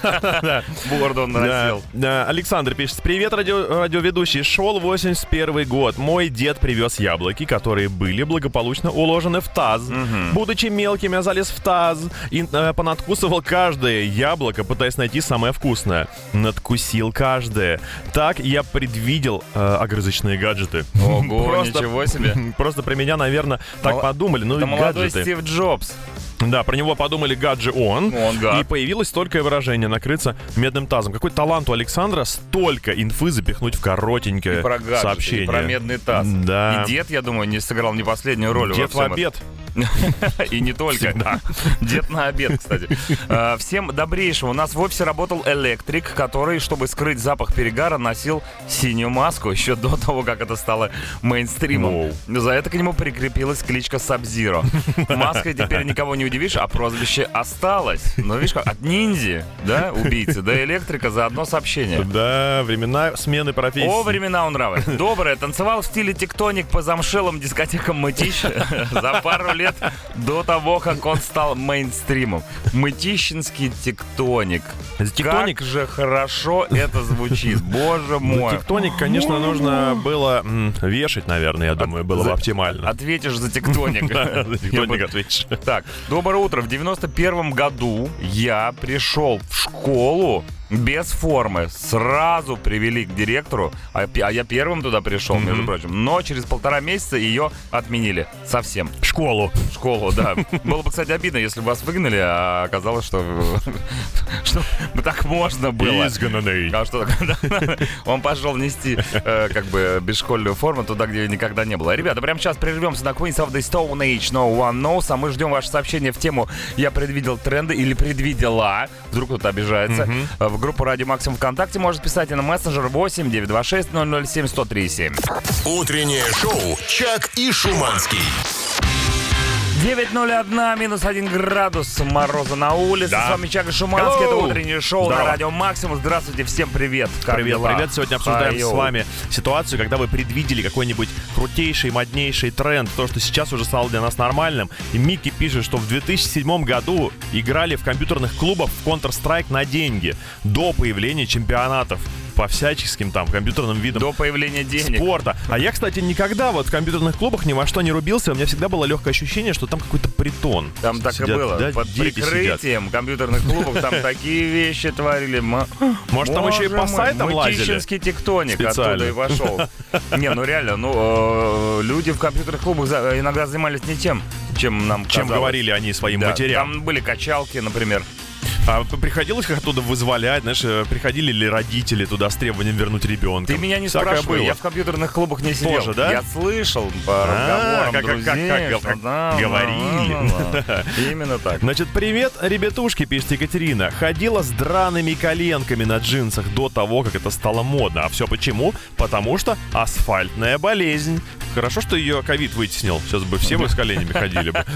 Бороду он Да, носил. да. Александр пишет, привет, радио, радиоведущий, шел восемьдесят первый год. Мой дед привез яблоки, которые были благополучно уложены в таз. Будучи мелким, я залез в таз и э, понадкусывал каждое яблоко, пытаясь найти самое вкусное. Надкусил каждое. Так я предвидел э, огрызочные гаджеты. Ого, Просто- ничего себе. Просто про меня, наверное, так Мол- подумали. Ну Это и молодой гаджеты. Стив Джобс. Да, про него подумали гаджи он. Он гад. И появилось столькое выражение накрыться медным тазом. Какой талант у Александра столько инфы запихнуть в коротенькое И про гаджеты, сообщение. и про медный таз. Да. И дед, я думаю, не сыграл не последнюю роль во Дед в всем этом. обед. И не только. Дед на обед, кстати. А, Всем добрейшего. У нас в офисе работал электрик, который, чтобы скрыть запах перегара, носил синюю маску еще до того, как это стало мейнстримом. Воу. За это к нему прикрепилась кличка Саб-Зиро. Маска теперь никого не удивишь, а прозвище осталось. Ну, видишь, как от ниндзя, да, убийцы, до электрика за одно сообщение. Да, времена смены профессии. О, времена он нравы. Доброе. Танцевал в стиле тектоник по замшелым дискотекам Мытищ за пару лет до того, как он стал мейнстримом. Мытищинский тектоник. Тектоник? Как же хорошо это звучит. Боже мой. Ну, тектоник, конечно, нужно было м, вешать, наверное, я думаю, было бы За- оптимально. Ответишь за тектоник. Да, за тектоник ответишь. Так, доброе утро. В девяносто первом году я пришел в школу без формы. Сразу привели к директору, а, пи- а я первым туда пришел, Мгм. между прочим. Но через полтора месяца ее отменили. Совсем. Школу. В школу, да. Было бы, кстати, обидно, если бы вас выгнали, а оказалось, что, что так можно было. Изгнанный. А что, он пошел нести э, как бы бесшкольную форму туда, где ее никогда не было. Ребята, прямо сейчас прервемся на Queens of the Stone Age, No One Knows, а мы ждем ваше сообщение в тему «Я предвидел тренды» или «Предвидела». Вдруг кто-то обижается. Мгм. В группу Радио Максимум ВКонтакте может писать и на мессенджер восемь девятьсот двадцать шесть ноль ноль семь сто три семь. Утреннее шоу «Чак и Шуманский». девять ноль один, минус один градус мороза на улице. Да. С вами Чак и Шуманский. Hello. Это утреннее шоу Здорово. на Радио Максимум. Здравствуйте, всем привет. Как Привет, дела? привет. Сегодня обсуждаем Айо. с вами ситуацию, когда вы предвидели какой-нибудь крутейший, моднейший тренд, то, что сейчас уже стало для нас нормальным. И Микки пишет, что в две тысячи седьмом году играли в компьютерных клубах в Counter-Strike на деньги до появления чемпионатов по всяческим там компьютерным видам До появления денег. спорта. А я, кстати, никогда вот в компьютерных клубах ни во что не рубился. У меня всегда было легкое ощущение, что там какой-то притон. Там так Сидят, и было. да, Под дети прикрытием компьютерных клубов там такие вещи творили. М- Может, там еще и Боже по мой, сайтам лазили? Мытищинский тектоник Специально. оттуда и пошел. Не, ну реально, ну э, люди в компьютерных клубах за- иногда занимались не тем, чем нам Чем казалось. говорили они своим Да, матерям. там были качалки, например. А приходилось их оттуда вызволять, знаешь, э, приходили ли родители туда с требованием вернуть ребенка? Ты меня не Всякое спрашивай, было. я в компьютерных клубах не сидел. Тоже, да? Я слышал по А, разговорам как- как- друзей, как- как- что как да, говорили. да, да, да. Именно так. Значит, привет, ребятушки, пишет Екатерина. Ходила с драными коленками на джинсах до того, как это стало модно. А все почему? Потому что асфальтная болезнь. Хорошо, что ее ковид вытеснил. Сейчас бы все мы с коленями ходили бы.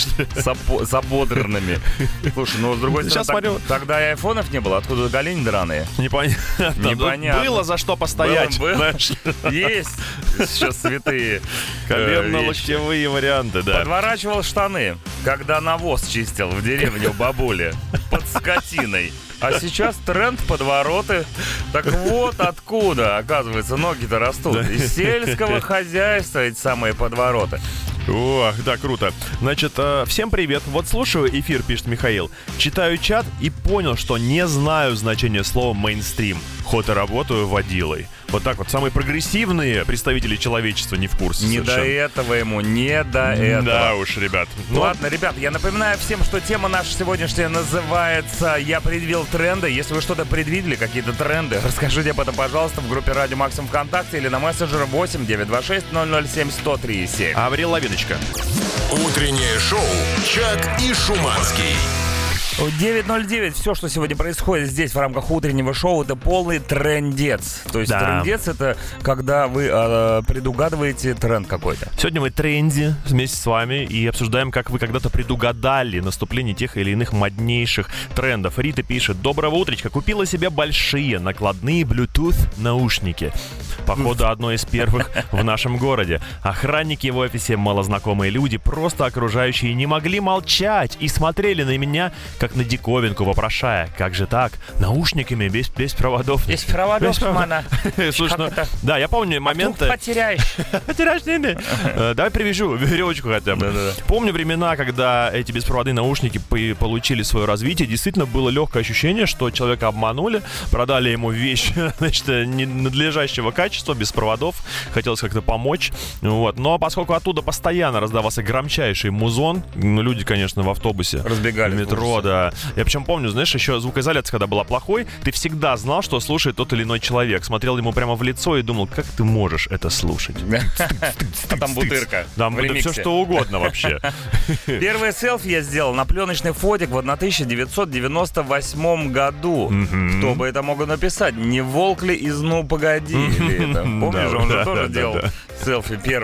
С опо- с ободранными. Слушай, ну с другой Сейчас стороны, так- смотрю. тогда и айфонов не было. Откуда колени драные? Непонятно. Непонятно. Было за что постоять. Было, было. знаешь. Есть сейчас святые э, вещи. Коленно-локтевые варианты, да. Подворачивал штаны, когда навоз чистил в деревне у бабули под скотиной. А сейчас тренд подвороты. Так вот откуда, оказывается, ноги-то растут. Из сельского хозяйства эти самые подвороты. Ох, да, круто. Значит, э, всем привет. Вот слушаю эфир, пишет Михаил. Читаю чат и понял, что не знаю значения слова мейнстрим, хоть и работаю водилой. Вот так вот. Самые прогрессивные представители человечества не в курсе Не до совершенно. этого ему, не до этого. Да уж, ребят. Ну, Ладно, ребят, я напоминаю всем, что тема наша сегодняшняя называется «Я предвидел тренды». Если вы что-то предвидели, какие-то тренды, расскажите об этом, пожалуйста, в группе Радио Максимум ВКонтакте или на мессенджер восемь девятьсот двадцать шесть ноль ноль семь сто три семь. Аврил Лавиночка. Утреннее шоу «Чак и Шуманский». девять ноль девять. Все, что сегодня происходит здесь в рамках утреннего шоу, это полный трендец. То есть Да. трендец — это когда вы э, предугадываете тренд какой-то. Без проводов, Без проводов. мана. Слушай, ну, Как это? да, я помню Вдруг моменты... потеряешь. Потеряешь деньги? Э, Давай привяжу веревочку хотя бы. Да-да-да. Помню времена, когда эти беспроводные наушники по- получили свое развитие. Действительно было легкое ощущение, что человека обманули, продали ему вещь, значит, ненадлежащего качества, без проводов. Хотелось как-то помочь. Вот. Но поскольку оттуда постоянно раздавался громчайший музон, ну, люди, конечно, в автобусе, Разбегались в метро, да. Я причем помню, знаешь, еще звукоизоляция, когда была плохой, ты всегда знал, что слушает тот или иной человек. Смотрел ему прямо в лицо и думал: как ты можешь это слушать? А там бутырка. Там в это ремиксе. все что угодно вообще. Первое селфи я сделал на пленочный фотик в тысяча девятьсот девяносто восьмом году. Мгм. Кто бы это мог написать? Не волк ли из «Ну, погоди»? Или это? Помнишь, Да, он да, же тоже да, да, делал да. селфи первый.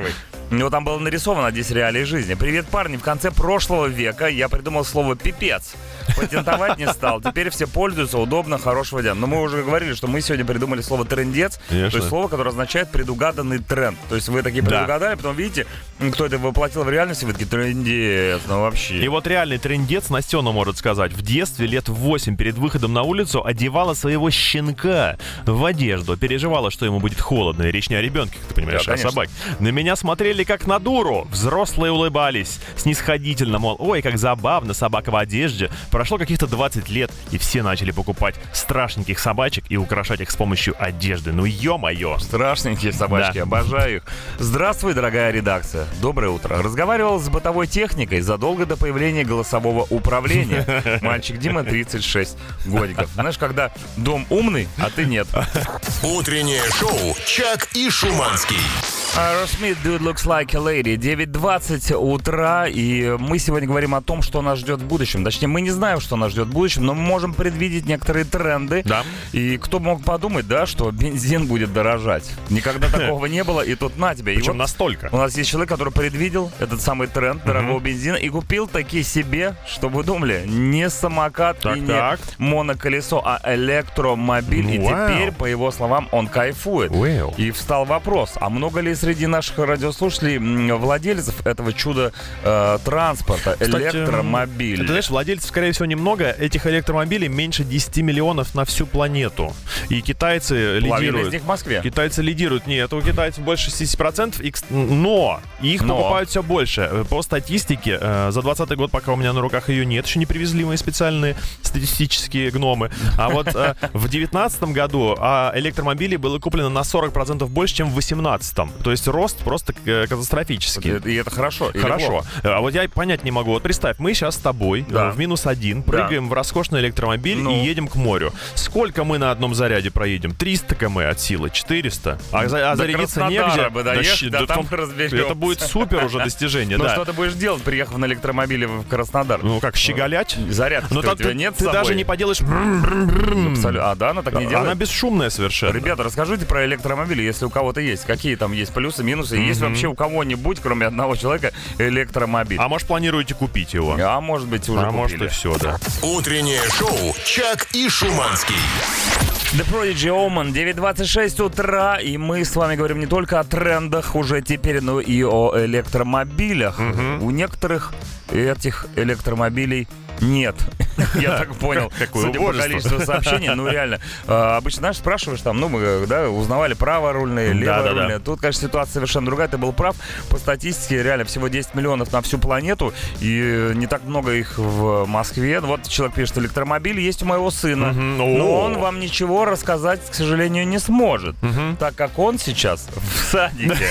У него там было нарисовано здесь реалии жизни. Привет, парни, в конце прошлого века я придумал слово «пипец». Патентовать не стал. Теперь все пользуются, удобно, хорошего дня. Но мы уже говорили, что мы сегодня придумали слово «трендец». Конечно. То есть слово, которое означает предугаданный тренд. То есть вы такие предугадали, да. Потом видите, кто это воплотил в реальности, вы такие: трендец, ну вообще. И вот реальный трендец Настена может сказать: в детстве лет в восемь перед выходом на улицу одевала своего щенка в одежду. Переживала, что ему будет холодно. И речь не о ребенке, как ты понимаешь, Да, а о собаке. На меня смотрели как на дуру. Взрослые улыбались снисходительно, мол, ой, как забавно, собака в одежде. Прошло каких-то двадцать лет, и все начали покупать страшненьких собачек и украшать их с помощью одежды. Ну, ё-моё. Страшненькие собачки, Да. обожаю их. Здравствуй, дорогая редакция. Доброе утро. Разговаривал с бытовой техникой задолго до появления голосового управления. Мальчик Дима, тридцать шесть годиков. Знаешь, когда дом умный, а ты нет. Утреннее шоу «Чак и Шуманский». Aerosmith, Dude Looks Like a Lady. девять двадцать утра, и мы сегодня говорим о том, что нас ждет в будущем. Точнее, мы не знаем, что нас ждет в будущем, но мы можем предвидеть некоторые тренды. Да. И кто мог подумать, да, что бензин будет дорожать? Никогда такого не было, и тут на тебе. И Причем вот настолько. у нас есть человек, который предвидел этот самый тренд дорогого бензина и купил таки себе, чтобы вы думали, не самокат Так, и не так. моноколесо, а электромобиль. И Вау. теперь, по его словам, он кайфует. Вау. И встал вопрос, а много ли среди наших радиослушателей м, владельцев этого чуда э, транспорта, Кстати, электромобиль? Ты знаешь, владельцев, скорее всего, немного. Этих электромобилей меньше десять миллионов на всю планету. И китайцы Половина лидируют. из них в Москве. Китайцы лидируют. Нет, у китайцев больше шестьдесят процентов. И, кс- но их Но. покупают все больше. По статистике, э, за двадцатый год, пока у меня на руках ее нет, еще не привезли мои специальные статистические гномы. А вот э, в девятнадцатом году а, электромобилей было куплено на сорок процентов больше, чем в восемнадцатом. То есть рост просто э, катастрофический. И это хорошо. или Хорошо. плохо? А вот я понять не могу. Вот представь, мы сейчас с тобой Да. э, в минус один прыгаем в роскошный электромобиль Ну. и едем к морю. Сколько мы на одном заряде проедем? триста километров от силы, четыреста. А, за- а До зарядиться Краснодара негде. бы доехать, щи- да да там в том- разберемся. Это будет супер уже достижение, Ну да. что ты будешь делать, приехав на электромобиле в Краснодар? Ну как, щеголять? Зарядки Ну у там тебя ты, нет с ты даже собой? не поделаешь. Абсолютно. А, да, она так не делает? Она бесшумная совершенно. Ребята, расскажите про электромобили, если у кого-то есть. Какие там есть плюсы, минусы? Есть вообще у кого-нибудь, кроме одного человека, электромобиль? А может, планируете купить его? А может быть, уже А может купили. и все, да. Утреннее шоу «Чак и Шуманский». The Prodigy Omen, девять двадцать шесть утра, и мы с вами говорим не только о трендах уже теперь, но и о электромобилях. У некоторых этих электромобилей нет. Я так понял. Какое Судя по убожество. количеству сообщений, ну реально. А, Обычно, знаешь, спрашиваешь там, ну мы, да, узнавали праворульные, Да, да, да. леворульные. Тут, конечно, ситуация совершенно другая. Ты был прав. По статистике, реально, всего десять миллионов на всю планету, и не так много их в Москве. Вот человек пишет, электромобиль есть у моего сына, Мгм. но О. он вам ничего рассказать, к сожалению, не сможет, так как он сейчас в садике.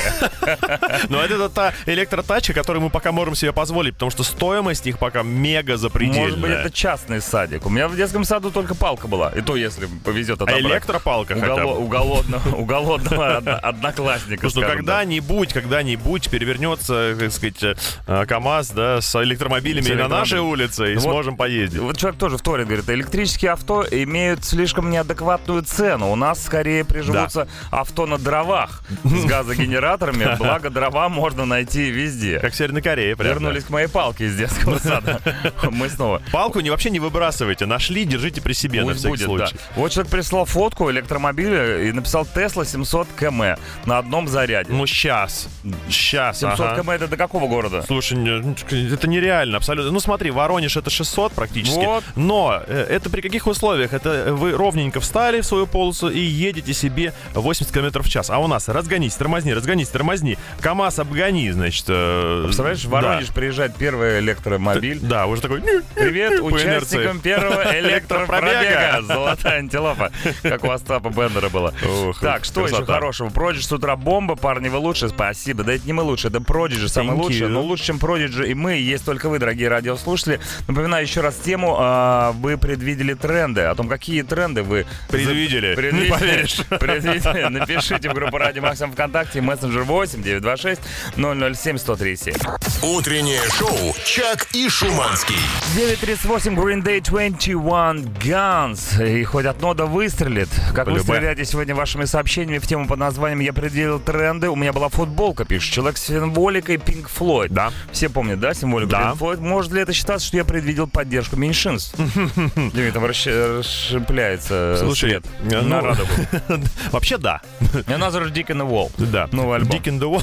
Но это та электротачка, которую мы пока можем себе позволить, потому что стоимость их пока мега запредельная. Может быть, это частный садик. У меня в детском саду только палка была. И то, если повезет А отобрать. электропалка хотя Уголо- бы. уголодного, уголодного одно- одноклассника. Потому что скажем, да. когда-нибудь, когда-нибудь перевернется, так сказать, э, КамАЗ, да, с электромобилями С и на электромобилями. нашей улице, и Вот- сможем поездить. Вот человек тоже вторит, говорит, электрические авто имеют слишком неадекватную цену. У нас скорее приживутся авто на дровах с газогенераторами. Благо, дрова можно найти везде. Как в Северной Корее, прям. Вернулись к моей палке из детского сада. Мы снова. Палку не, вообще не выбрасывайте. Нашли, держите при себе на Пусть всякий будет, случай. да. Вот человек прислал фотку электромобиля и написал Tesla семьсот километров на одном заряде. Ну, сейчас. Сейчас, семьсот ага. километров это до какого города? Слушай, не- это нереально, абсолютно. Ну смотри, Воронеж это шестьсот практически. Вот. Но э, это при каких условиях? Это вы ровненько встали в свою полосу и едете себе восемьдесят километров в час. А у нас разгонись, тормозни, разгонись, тормозни. КамАЗ обгони, значит. э, Представляешь, в да. Воронеж приезжает первый электромобиль. Да, уже такой... Привет по инерции. участникам первого электропробега. Золотая антилопа, как у Остапа Бендера было. Ух, Так, что еще красота. хорошего? Продиджи с утра бомба, парни, вы лучше, спасибо. Да это не мы лучше, это Продиджи самый Thank лучший. you. Но лучше, чем Продиджи и мы, есть только вы, дорогие радиослушатели. Напоминаю еще раз тему. а, Вы предвидели тренды. О том, какие тренды вы... Предвидели. за- Не поверишь. Предвидели. Напишите в группу Радио Максимум ВКонтакте, мессенджер восемь девятьсот двадцать шесть ноль ноль семь сто три семь. Утреннее шоу «Чак и Шуманский». девять тридцать восемь, Green Day двадцать один Guns. И хоть одно да выстрелит. Как вы стреляете сегодня вашими сообщениями в тему под названием «Я предвидел тренды». У меня была футболка, пишет человек, с символикой Pink Floyd. Да. Все помнят, да, символику да. Pink Floyd? Может ли это считаться, что я предвидел поддержку меньшинств? Димит, там расшипляется. Слушай, на радугу. Вообще да. Another Dick in the Wall. Да. Новый альбом. Dick in the Wall.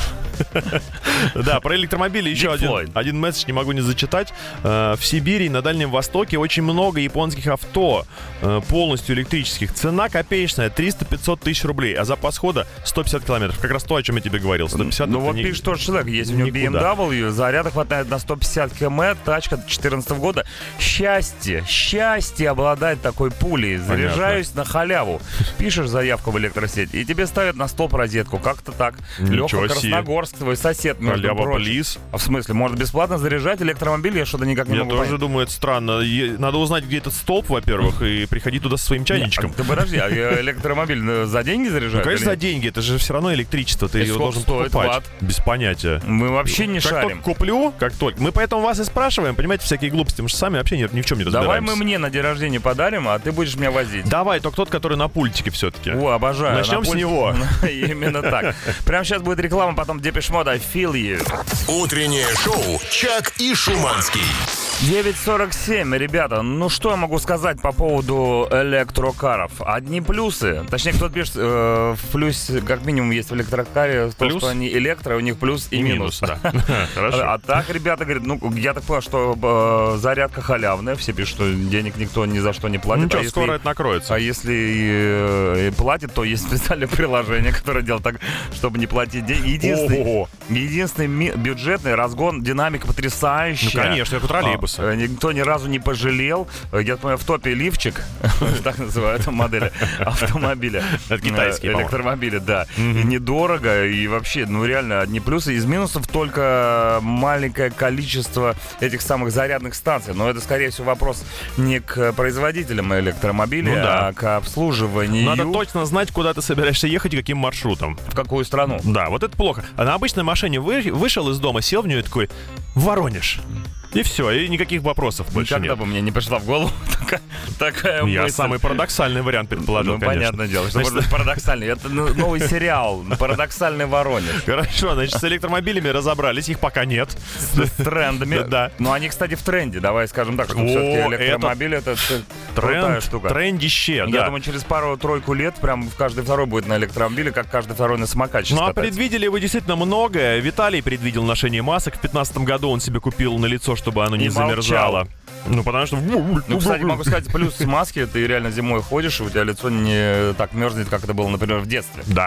Да, про электромобили еще один, один месседж не могу не зачитать. В Сибири и на Дальнем Востоке очень много японских авто, полностью электрических. Цена копеечная, триста-пятьсот тысяч рублей, а запас хода сто пятьдесят километров. Как раз то, о чем я тебе говорил. сто пятьдесят. Ну вот не... пишет тот человек, есть у него би эм дабл ю, заряда хватает на сто пятьдесят километров, тачка две тысячи четырнадцатого года. Счастье, счастье обладать такой пулей. Заряжаюсь Понятно. на халяву. Пишешь заявку в электросеть, и тебе ставят на столб розетку. Как-то так. Леха Красногорск, твой сосед, между Халява, прочим. плиз. А в смысле, можно бесплатно заряжать электромобиль? Я что-то никак не я могу Я тоже понять. думаю, это странно. Надо узнать, где этот столб, во-первых, и приходить туда со своим чайничком. Нет, ты подожди, а электромобиль за деньги заряжают? Ну, конечно, за деньги. Это же все равно электричество. Ты его должен стоит покупать. ватт? Без понятия. Мы вообще не как шарим. Как только куплю, как только. Мы поэтому вас и спрашиваем, понимаете, всякие глупости. Мы же сами вообще ни, ни в чем не разбираемся. Давай мы мне на день рождения подарим, а ты будешь меня возить. Давай, только тот, который на пультике все-таки. О, обожаю. Начнем с него. Именно так. Прямо сейчас будет реклама, потом Депеш Мод, I Feel You. Утреннее шоу «Чак и Шуманский». девять сорок семь, ребята, ну что я могу сказать по поводу электрокаров? Одни плюсы, точнее, кто-то пишет, э, в плюсе, как минимум, есть в электрокаре то, что они электро, у них плюс и, и минус. минус да. Хорошо. А, а так, ребята говорят, ну, я так понял, что э, зарядка халявная, все пишут, что денег никто ни за что не платит. Ну что, а скоро если, это накроется. А если и, и платит, то есть специальное приложение, которое делает так, чтобы не платить деньги. Единственный, единственный ми- бюджетный разгон, динамика потрясающая. Ну, конечно, это троллейбус. Никто ни разу не пожалел. Я понимаю, в топе лифчик, так называют модели автомобиля. Это китайские, электромобили, да. И недорого, и вообще, ну реально, одни плюсы. Из минусов только маленькое количество этих самых зарядных станций. Но это, скорее всего, вопрос не к производителям электромобилей, ну, да. а к обслуживанию. Надо точно знать, куда ты собираешься ехать и каким маршрутом. В какую страну. Да, вот это плохо. А на обычной машине вы, вышел из дома, сел в нее и такой: Воронеж. И все, и никаких вопросов больше Никогда нет. бы мне не пришла в голову такая, такая мысль. Я самый парадоксальный вариант предположил, Ну, конечно. понятное дело, что может быть парадоксальный. Это новый сериал «Парадоксальный Воронеж». Хорошо, значит, с электромобилями разобрались, их пока нет. С трендами. Да. Ну, они, кстати, в тренде. Давай скажем так, что все-таки электромобиль — это крутая штука. Трендище, да. Я думаю, через пару-тройку лет прям каждый второй будет на электромобиле, как каждый второй на самокате. Ну, а предвидели вы действительно многое. Виталий предвидел ношение масок. В пятнадцатом году он себе купил на лицо, чтобы оно не замерзало. Ну, потому что... Ну, кстати, могу сказать, плюс маски, ты реально зимой ходишь, и у тебя лицо не так мерзнет, как это было, например, в детстве. Да.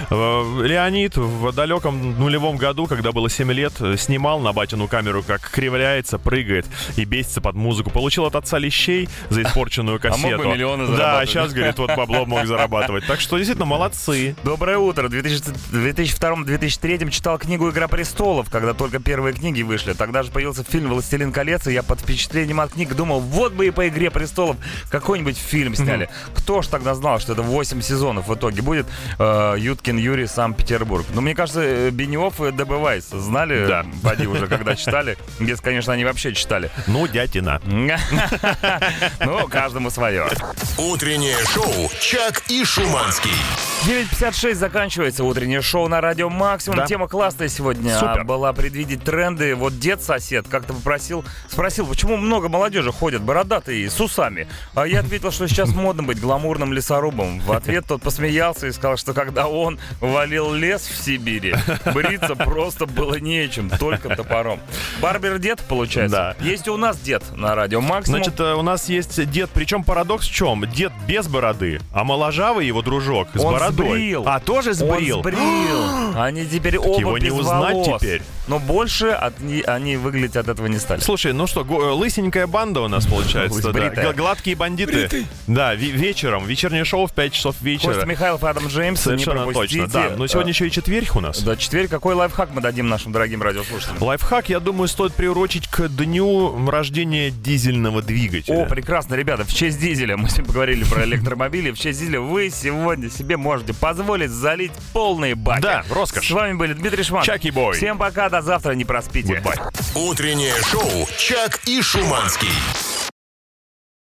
Леонид в далеком нулевом году, когда было семь лет, снимал на батину камеру, как кривляется, прыгает и бесится под музыку. Получил от отца лещей за испорченную кассету. А мог бы миллионы зарабатывать. Да, сейчас, говорит, вот бабло мог зарабатывать. Так что, действительно, молодцы. Доброе утро. В две тысячи втором - две тысячи третьем читал книгу «Игра престолов», когда только первые книги вышли. Тогда же появился фильм «Властелин колец», и я под впечатлением от книг думал, вот бы и по «Игре престолов» какой-нибудь фильм сняли. Mm-hmm. Кто ж тогда знал, что это восемь сезонов в итоге будет? Э, Юткин Юрий, Санкт-Петербург. Ну, мне кажется, Бенioff и Д Б Вайс знали, да. поди уже, когда читали. Если, конечно, они вообще читали. Ну, дятина. Ну, каждому свое. Утреннее шоу «Чак и Шуманский». девять пятьдесят шесть заканчивается утреннее шоу на Радио Максимум. Да. Тема классная сегодня. Супер. Была предвидеть тренды. Вот дед-сосед как-то попросил, спросил, почему много молодежи ходят бородатые с усами. А я ответил, что сейчас модно быть гламурным лесорубом. В ответ тот посмеялся и сказал, что когда он валил лес в Сибири, бриться просто было нечем, только топором. Барбер-дед, получается? Да. Есть и у нас дед на Радио Максимум. Значит, у нас есть дед, причем парадокс в чем? Дед без бороды, а моложавый его дружок с Он бородой. сбрил. А, тоже сбрил? Он сбрил. Они теперь оба его не без узнать волос. теперь. Но больше от, они выглядеть от этого не стали. Слушай, ну что, го- лысенькая банда у нас получается. Да. Г- Гладкие бандиты. Бритый. Да, ви- вечером. Вечернее шоу в пять часов вечера. Костя Михайлов и Адам Джеймс. Совершенно не пропустите. точно, да. Но сегодня еще и четверг у нас. Да, четверг. Какой лайфхак мы дадим нашим дорогим радиослушателям? Лайфхак, я думаю, стоит приурочить к дню рождения дизельного двигателя. О, прекрасно, ребята, в честь дизеля, мы сегодня поговорили про электромобили, в честь дизеля вы сегодня себе можете позволить залить полные баки. Да, роскошь. С вами были Дмитрий Шман. Чак и Бой. Всем пока, до завтра, не проспите. Goodbye. Утреннее шоу «Чак и Шуманский».